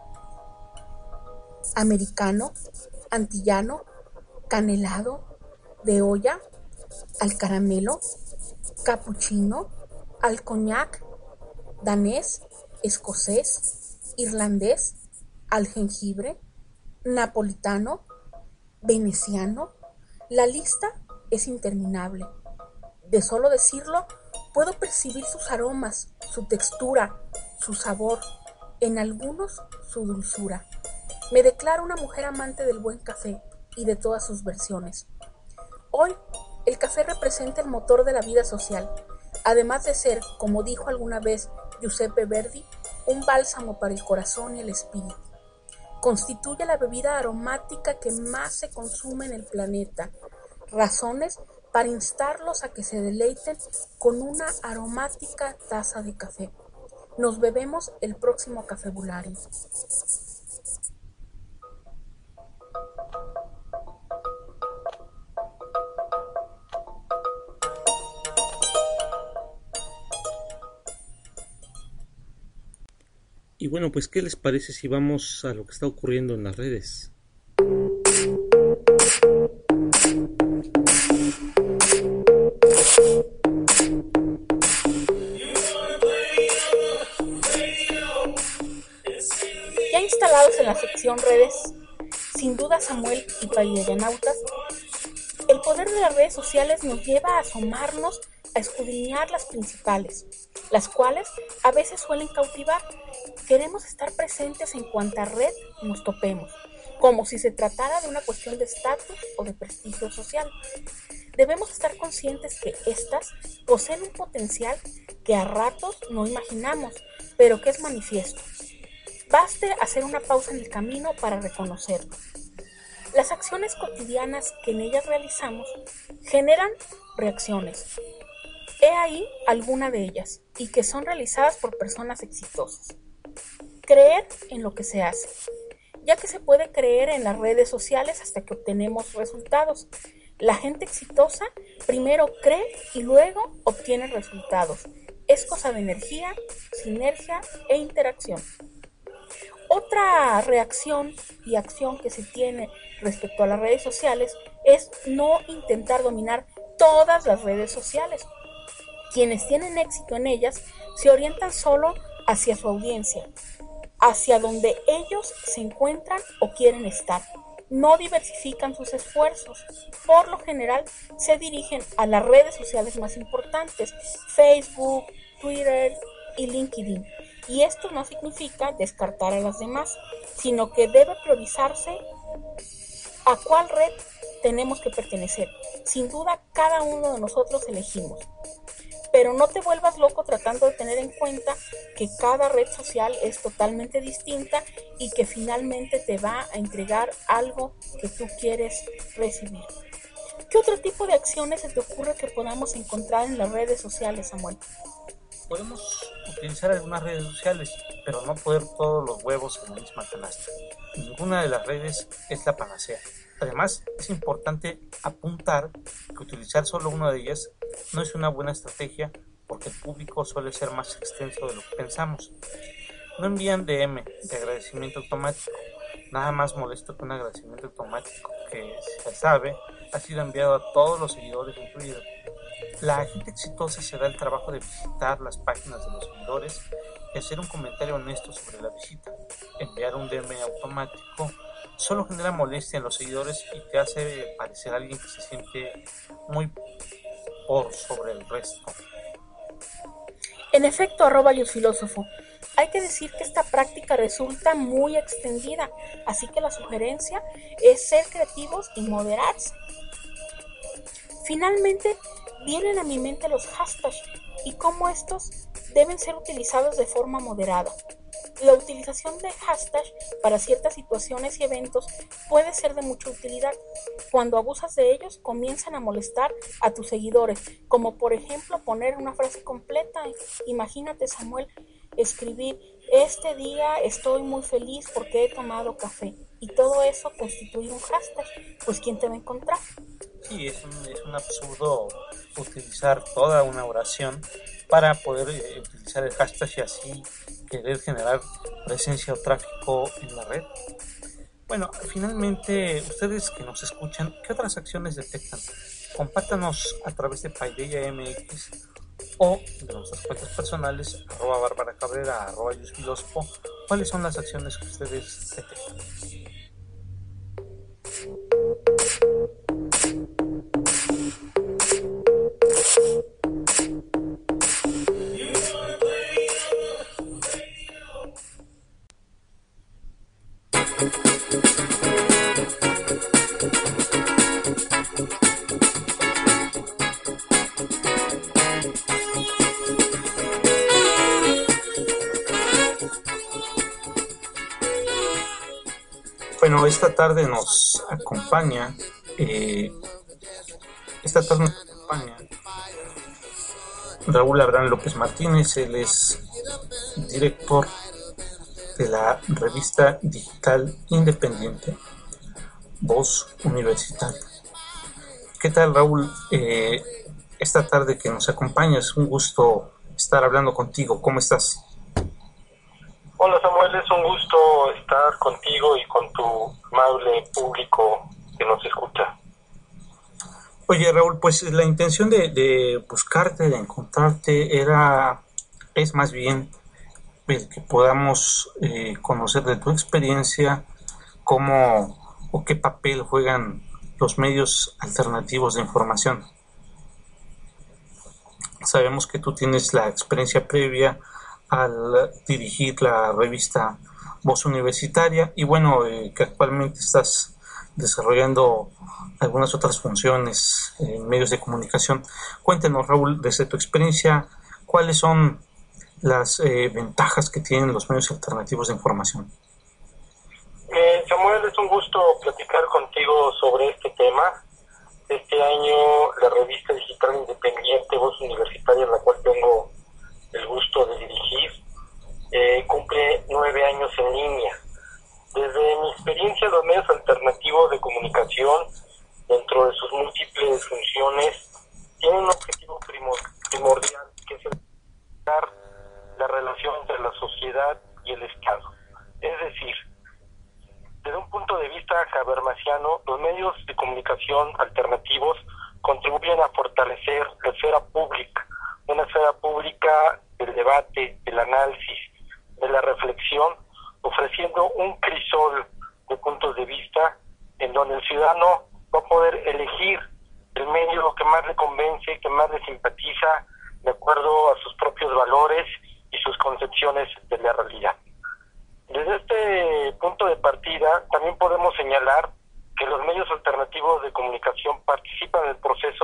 Americano, antillano, canelado, de olla, al caramelo, capuchino, al coñac, danés, escocés, irlandés, al jengibre, napolitano, veneciano. La lista es interminable. De solo decirlo, puedo percibir sus aromas, su textura, su sabor, en algunos su dulzura. Me declaro una mujer amante del buen café y de todas sus versiones. Hoy, el café representa el motor de la vida social, además de ser, como dijo alguna vez Giuseppe Verdi, un bálsamo para el corazón y el espíritu. Constituye la bebida aromática que más se consume en el planeta. Razones para instarlos a que se deleiten con una aromática taza de café. Nos bebemos el próximo cafebulario. Y bueno, pues ¿qué les parece si vamos a lo que está ocurriendo en las redes? Ya instalados en la sección redes, sin duda Samuel y Paideyanautas, el poder de las redes sociales nos lleva a asomarnos a escudriñar las principales, las cuales a veces suelen cautivar. Queremos estar presentes en cuanta red nos topemos, como si se tratara de una cuestión de estatus o de prestigio social. Debemos estar conscientes que éstas poseen un potencial que a ratos no imaginamos, pero que es manifiesto. Baste hacer una pausa en el camino para reconocerlo. Las acciones cotidianas que en ellas realizamos generan reacciones. He ahí alguna de ellas, y que son realizadas por personas exitosas. Creer en lo que se hace, ya que se puede creer en las redes sociales hasta que obtenemos resultados. La gente exitosa primero cree y luego obtiene resultados. Es cosa de energía, sinergia e interacción. Otra reacción y acción que se tiene respecto a las redes sociales es no intentar dominar todas las redes sociales. Quienes tienen éxito en ellas se orientan solo hacia su audiencia, hacia donde ellos se encuentran o quieren estar. No diversifican sus esfuerzos. Por lo general, se dirigen a las redes sociales más importantes, Facebook, Twitter y LinkedIn. Y esto no significa descartar a las demás, sino que debe priorizarse a cuál red tenemos que pertenecer. Sin duda, cada uno de nosotros elegimos. pero no te vuelvas loco tratando de tener en cuenta que cada red social es totalmente distinta y que finalmente te va a entregar algo que tú quieres recibir. ¿Qué otro tipo de acciones se te ocurre que podamos encontrar en las redes sociales, Samuel? Podemos utilizar algunas redes sociales, pero no poner todos los huevos en la misma canasta. Ninguna de las redes es la panacea. Además, es importante apuntar que utilizar solo una de ellas no es una buena estrategia porque el público suele ser más extenso de lo que pensamos. No envían DM de agradecimiento automático. Nada más molesto que un agradecimiento automático que, se sabe, ha sido enviado a todos los seguidores incluidos. La gente exitosa se da el trabajo de visitar las páginas de los seguidores y hacer un comentario honesto sobre la visita. Enviar un DM automático solo genera molestia en los seguidores y te hace parecer alguien que se siente muy por sobre el resto. En efecto, @yosfilósofo, hay que decir que esta práctica resulta muy extendida, así que la sugerencia es ser creativos y moderarse. Finalmente, vienen a mi mente los hashtags y cómo estos deben ser utilizados de forma moderada. La utilización de hashtags para ciertas situaciones y eventos puede ser de mucha utilidad. Cuando abusas de ellos, comienzan a molestar a tus seguidores, como por ejemplo poner una frase completa. Imagínate, Samuel, escribir: este día estoy muy feliz porque he tomado café, y todo eso constituye un hashtag. Pues ¿quién te va a encontrar? Sí, es un absurdo utilizar toda una oración para poder utilizar el hashtag y así querer generar presencia o tráfico en la red. Bueno, finalmente, ustedes que nos escuchan, ¿qué otras acciones detectan? Compártanos a través de Paideia MX o de nuestras cuentas personales, @Bárbara Cabrera, @YusFilósofo. ¿Cuáles son las acciones que ustedes detectan? Bueno, esta tarde nos acompaña Raúl Abraham López Martínez. Él es director de la revista digital independiente Voz Universitaria. ¿Qué tal, Raúl? Esta tarde que nos acompañas, es un gusto estar hablando contigo. ¿Cómo estás? Hola, Samuel, es un gusto estar contigo y con tu amable público que nos escucha. Oye, Raúl, pues la intención de buscarte, de encontrarte, es más bien que podamos conocer de tu experiencia cómo o qué papel juegan los medios alternativos de información. Sabemos que tú tienes la experiencia previa al dirigir la revista Voz Universitaria y bueno, que actualmente estás desarrollando algunas otras funciones en medios de comunicación. Cuéntenos, Raúl, desde tu experiencia, ¿cuáles son las ventajas que tienen los medios alternativos de información? Samuel, es un gusto platicar contigo sobre este tema. Este año la revista digital independiente Voz Universitaria, la cual tengo el gusto de dirigir, cumple 9 años en línea. Desde mi experiencia, los medios alternativos de comunicación, dentro de sus múltiples funciones, tienen un objetivo primordial, que es dar la relación entre la sociedad y el Estado. Es decir, desde un punto de vista habermasiano, los medios de comunicación alternativos contribuyen a fortalecer la esfera pública, una esfera pública del debate, del análisis, de la reflexión, ofreciendo un crisol de puntos de vista en donde el ciudadano va a poder elegir el medio que más le convence, que más le simpatiza, de acuerdo a sus propios valores y sus concepciones de la realidad. Desde este punto de partida, también podemos señalar que los medios alternativos de comunicación participan del proceso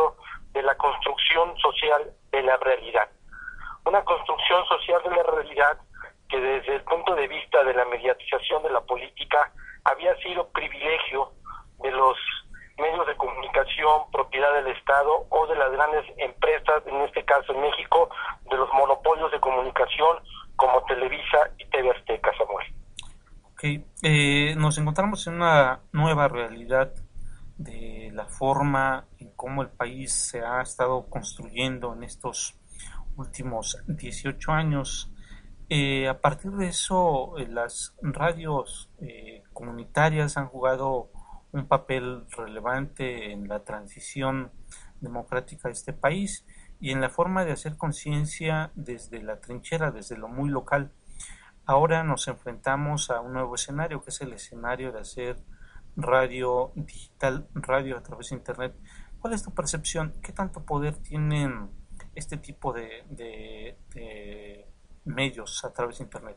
de la construcción social de la realidad. Una construcción social de la realidad que desde el punto de vista de la mediatización de la política había sido privilegio de los medios de comunicación, propiedad del Estado o de las grandes empresas, en este caso en México, de los monopolios de comunicación como Televisa y TV Azteca, Samuel. Okay. Nos encontramos en una nueva realidad de la forma en cómo el país se ha estado construyendo en estos últimos 18 años. A partir de eso, las radios comunitarias han jugado un papel relevante en la transición democrática de este país y en la forma de hacer conciencia desde la trinchera, desde lo muy local. Ahora nos enfrentamos a un nuevo escenario, que es el escenario de hacer radio digital, radio a través de Internet. ¿Cuál es tu percepción? ¿Qué tanto poder tienen este tipo de medios a través de Internet?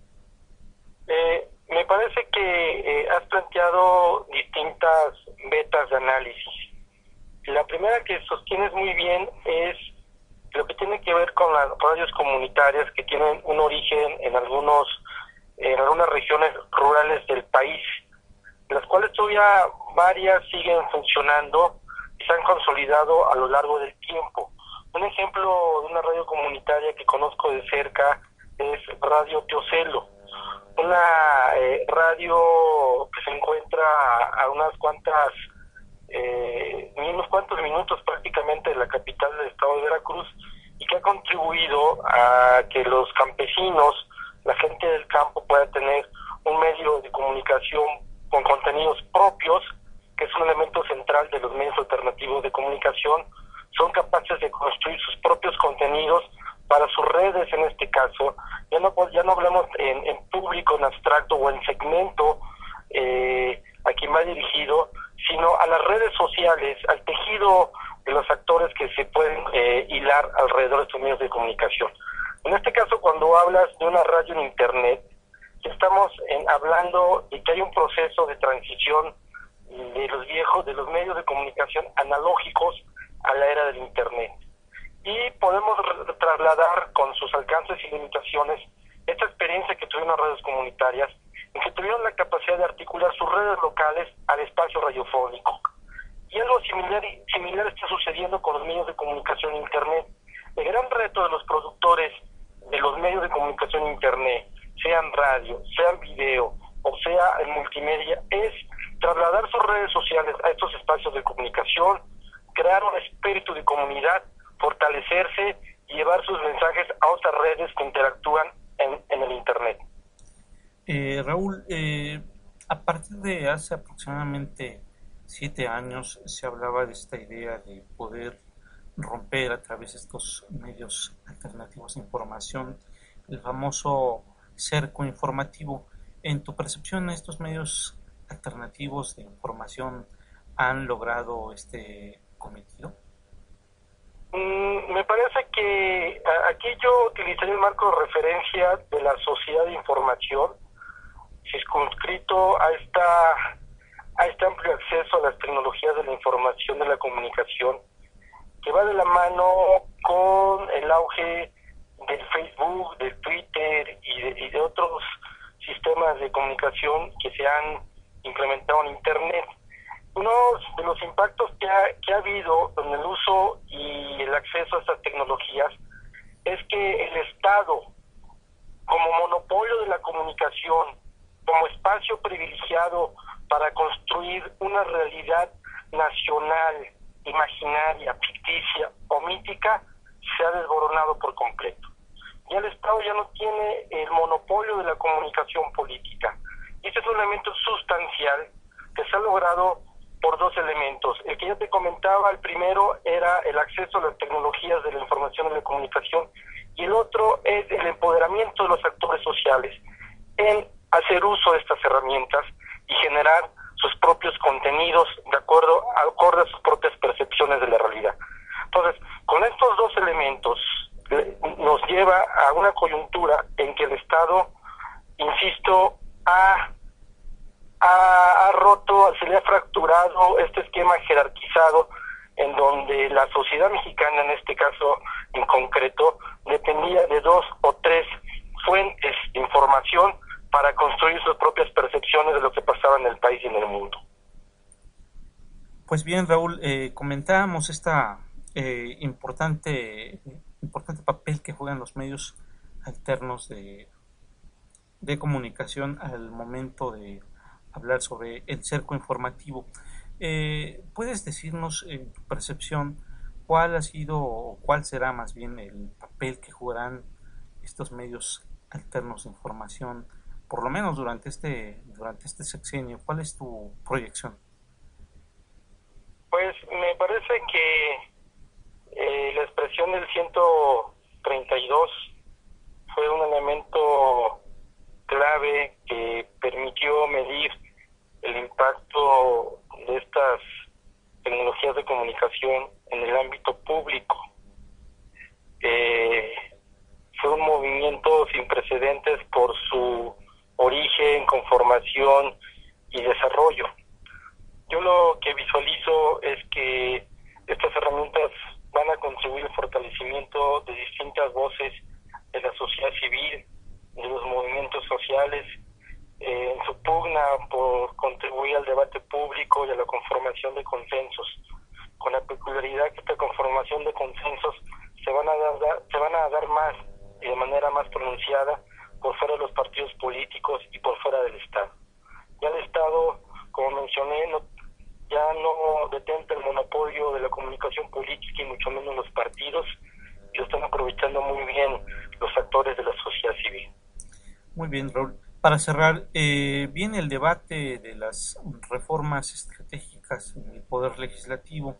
Me parece que has planteado distintas vetas de análisis. La primera que sostienes muy bien es lo que tiene que ver con las radios comunitarias que tienen un origen en algunas regiones rurales del país, las cuales todavía varias siguen funcionando y se han consolidado a lo largo del tiempo. Un ejemplo de una radio comunitaria que conozco de cerca es Radio Teocelo, una radio que se encuentra a unos cuantos minutos prácticamente de la capital del estado de Veracruz y que ha contribuido a que los campesinos, la gente del campo, pueda tener un medio de comunicación con contenidos propios, que es un elemento central de los medios alternativos de comunicación. Son capaces de construir sus propios contenidos para sus redes, en este caso. Ya no hablamos en público, en abstracto o en segmento a quien va dirigido, sino a las redes sociales, al tejido de los actores que se pueden hilar alrededor de estos medios de comunicación. En este caso, cuando hablas de una radio en Internet, estamos hablando de que hay un proceso de transición de los medios de comunicación analógicos a la era del Internet. Y podemos trasladar con sus alcances y limitaciones esta experiencia que tuvieron las redes comunitarias, en que tuvieron la capacidad de articular sus redes locales al espacio radiofónico. Y algo similar está sucediendo con los medios de comunicación en Internet. El gran reto de los productores de los medios de comunicación en Internet, sean radio, sean video o sea en multimedia, es trasladar sus redes sociales a estos espacios de comunicación, crear un espíritu de comunidad, fortalecerse y llevar sus mensajes a otras redes que interactúan en el Internet. Raúl, a partir de hace aproximadamente 7 años se hablaba de esta idea de poder romper a través de estos medios alternativos de información, el famoso cerco informativo. En tu percepción, ¿estos medios alternativos de información han logrado este cometido? Me parece que aquí yo utilizaría el marco de referencia de la sociedad de información, circunscrito a este amplio acceso a las tecnologías de la información, de la comunicación, que va de la mano con el auge del Facebook, del Twitter y de otros sistemas de comunicación que se han implementado en Internet. Uno de los impactos que ha habido en el uso y el acceso a estas tecnologías es que el Estado, como monopolio de la comunicación, como espacio privilegiado para construir una realidad nacional, imaginaria, ficticia o mítica, se ha desboronado por completo. Ya el Estado ya no tiene el monopolio de la comunicación política. Y este es un elemento sustancial que se ha logrado por dos elementos. El que ya te comentaba, el primero era el acceso a las tecnologías de la información y la comunicación, y el otro es el empoderamiento de los actores sociales en hacer uso de estas herramientas y generar sus propios contenidos acorde a sus propias percepciones de la realidad. Entonces, con estos dos elementos nos lleva a una coyuntura en que el Estado, insisto, ha roto, se le ha fracturado este esquema jerarquizado en donde la sociedad mexicana, en este caso en concreto, dependía de 2 o 3 fuentes de información para construir sus propias percepciones de lo que pasaba en el país y en el mundo. Pues bien, Raúl, comentábamos esta importante papel que juegan los medios alternos de comunicación al momento de hablar sobre el cerco informativo. ¿Puedes decirnos, en tu percepción, cuál ha sido o cuál será más bien el papel que jugarán estos medios alternos de información, por lo menos durante este sexenio? ¿Cuál es tu proyección? Pues me parece que la expresión del 132 fue un elemento clave que permitió medir el impacto de estas tecnologías de comunicación en el ámbito público. Fue un movimiento sin precedentes por su origen, conformación y desarrollo. Yo lo que visualizo es que estas herramientas van a contribuir al fortalecimiento de distintas voces de la sociedad civil, de los movimientos sociales, en su pugna por contribuir al debate público y a la conformación de consensos, con la peculiaridad que esta conformación de consensos se van a dar más y de manera más pronunciada por fuera de los partidos políticos y por fuera del Estado. Ya el Estado, como mencioné, ya no detenta el monopolio de la comunicación política y mucho menos los partidos, y lo están aprovechando muy bien los actores de la sociedad civil. Muy bien, Raúl. Para cerrar, viene el debate de las reformas estratégicas en el Poder Legislativo.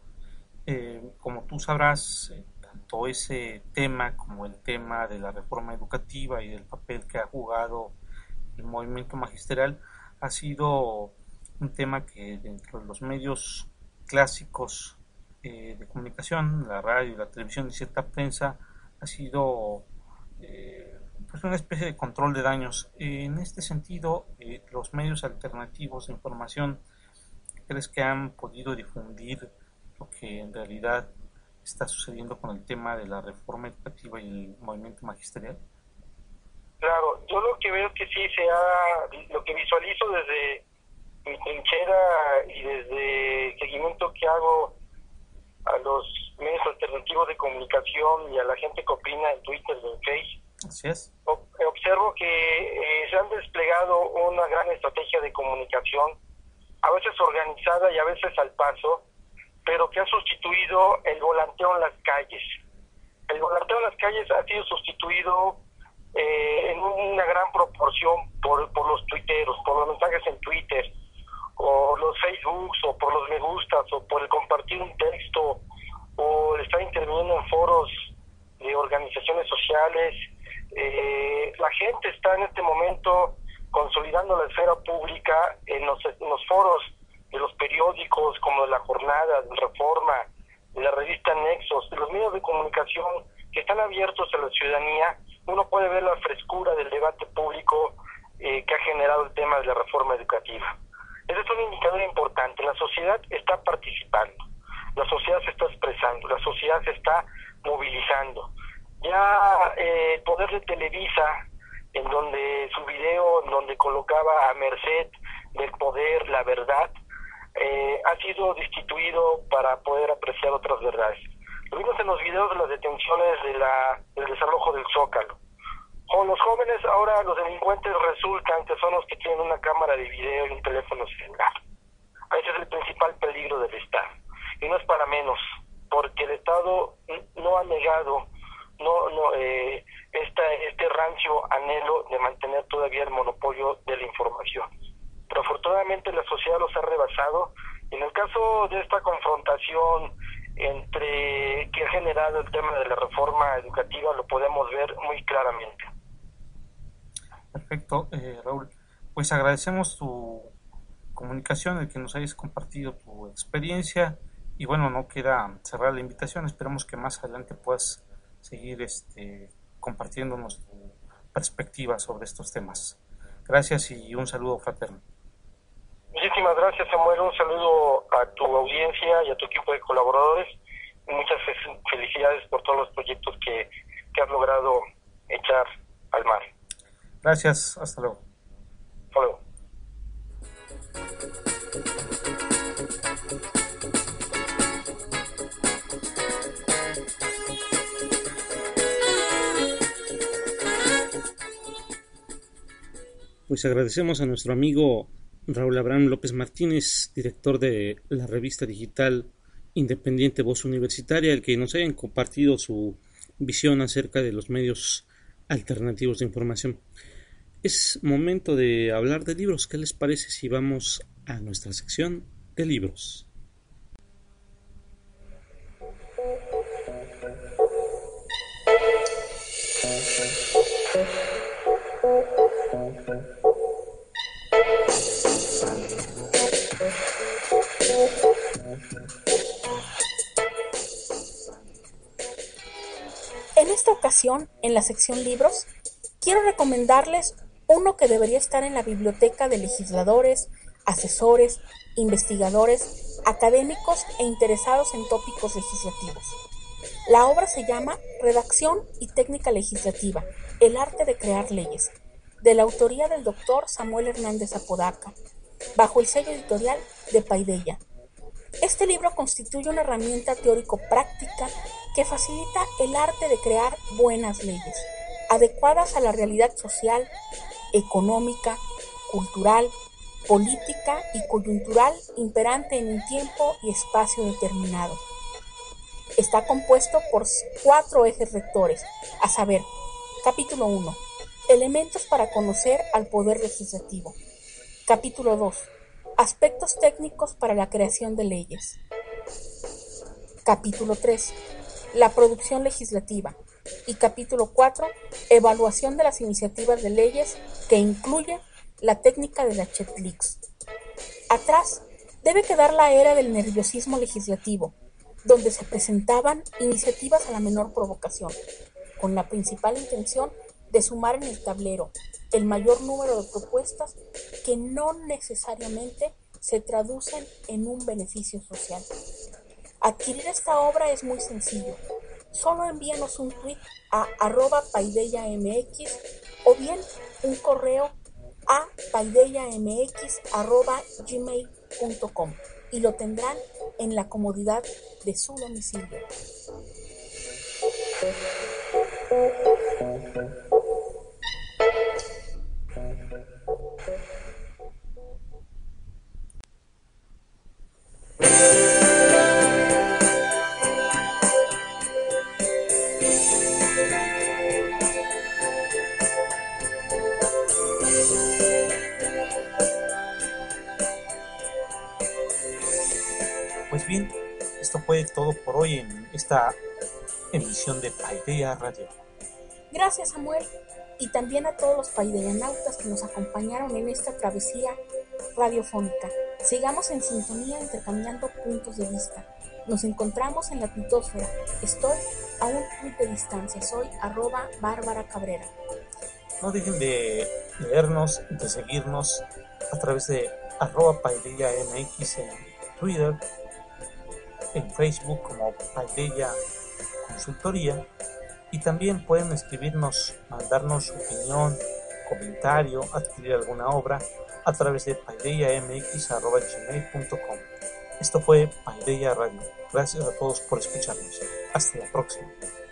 Como tú sabrás, tanto ese tema como el tema de la reforma educativa y del papel que ha jugado el movimiento magisterial ha sido un tema que dentro de los medios clásicos de comunicación, la radio y la televisión y cierta prensa, ha sido pues una especie de control de daños. En este sentido, los medios alternativos de información, ¿crees que han podido difundir lo que en realidad está sucediendo con el tema de la reforma educativa y el movimiento magisterial? Claro, yo lo que veo que sí lo que visualizo desde mi trinchera y desde el seguimiento que hago a los medios alternativos de comunicación y a la gente que opina en Twitter y en Facebook. Así es. Observo que se han desplegado una gran estrategia de comunicación, a veces organizada y a veces al paso, pero que ha sustituido el volanteo en las calles. El volanteo en las calles ha sido sustituido en una gran proporción por los tuiteros, por los mensajes en Twitter, o los Facebooks, o por los me gustas, o por el compartir un texto, o el estar interviniendo en foros de organizaciones sociales. La gente está en este momento consolidando la esfera pública en los foros de los periódicos, como de La Jornada, de Reforma, de la revista Nexos, de los medios de comunicación que están abiertos a la ciudadanía. Uno puede ver la frescura del debate público que ha generado el tema de la reforma educativa. Ese es un indicador importante. La sociedad está participando, la sociedad se está expresando, la sociedad se está movilizando. Ya el poder de Televisa, en donde su video, en donde colocaba a merced del poder la verdad, ha sido destituido para poder apreciar otras verdades. Lo vimos en los videos de las detenciones del desalojo del Zócalo. Con los jóvenes, ahora los delincuentes resultan que son los que tienen una cámara de video y un teléfono celular. Ese es el principal peligro del Estado. Y no es para menos, porque el Estado no ha negado este rancio anhelo de mantener todavía el monopolio de la información. Pero afortunadamente la sociedad los ha rebasado. En el caso de esta confrontación que ha generado el tema de la reforma educativa, lo podemos ver muy claramente. Perfecto, Raúl. Pues agradecemos tu comunicación, el que nos hayas compartido tu experiencia, y bueno, no queda cerrar la invitación. Esperemos que más adelante puedas seguir compartiéndonos tu perspectiva sobre estos temas. Gracias y un saludo fraterno. Muchísimas gracias, Samuel. Un saludo a tu audiencia y a tu equipo de colaboradores. Muchas felicidades por todos los proyectos que has logrado echar al mar. Gracias, hasta luego. Hasta luego. Pues agradecemos a nuestro amigo Raúl Abraham López Martínez, director de la revista digital independiente Voz Universitaria, el que nos hayan compartido su visión acerca de los medios alternativos de información. Es momento de hablar de libros. ¿Qué les parece si vamos a nuestra sección de libros? En esta ocasión, en la sección libros, quiero recomendarles uno que debería estar en la biblioteca de legisladores, asesores, investigadores, académicos e interesados en tópicos legislativos. La obra se llama Redacción y Técnica Legislativa, el arte de crear leyes, de la autoría del doctor Samuel Hernández Apodaca, bajo el sello editorial de Paideia. Este libro constituye una herramienta teórico-práctica que facilita el arte de crear buenas leyes, adecuadas a la realidad social, económica, cultural, política y coyuntural imperante en un tiempo y espacio determinado. Está compuesto por 4 ejes rectores, a saber, capítulo 1, elementos para conocer al poder legislativo. Capítulo 2, aspectos técnicos para la creación de leyes. Capítulo 3, la producción legislativa. Y capítulo 4, evaluación de las iniciativas de leyes, que incluye la técnica de la checklist. Atrás debe quedar la era del nerviosismo legislativo, donde se presentaban iniciativas a la menor provocación, con la principal intención de sumar en el tablero el mayor número de propuestas que no necesariamente se traducen en un beneficio social. Adquirir esta obra es muy sencillo. Solo envíanos un tweet a @paideiamx o bien un correo a paideiamx@gmail.com y lo tendrán en la comodidad de su domicilio. Pues bien, esto fue todo por hoy en esta emisión de Paideia Radio. Gracias, Samuel, y también a todos los paideianautas que nos acompañaron en esta travesía radiofónica. Sigamos en sintonía intercambiando puntos de vista. Nos encontramos en la tuitósfera. Estoy a un tweet de distancia. Soy @Bárbara Cabrera. No dejen de leernos y de seguirnos a través de @PaideiaMX en Twitter, en Facebook como Paideia Consultoría, y también pueden escribirnos, mandarnos su opinión, comentario, adquirir alguna obra a través de paideiamx@gmail.com. Esto fue Paideia Radio. Gracias a todos por escucharnos. Hasta la próxima.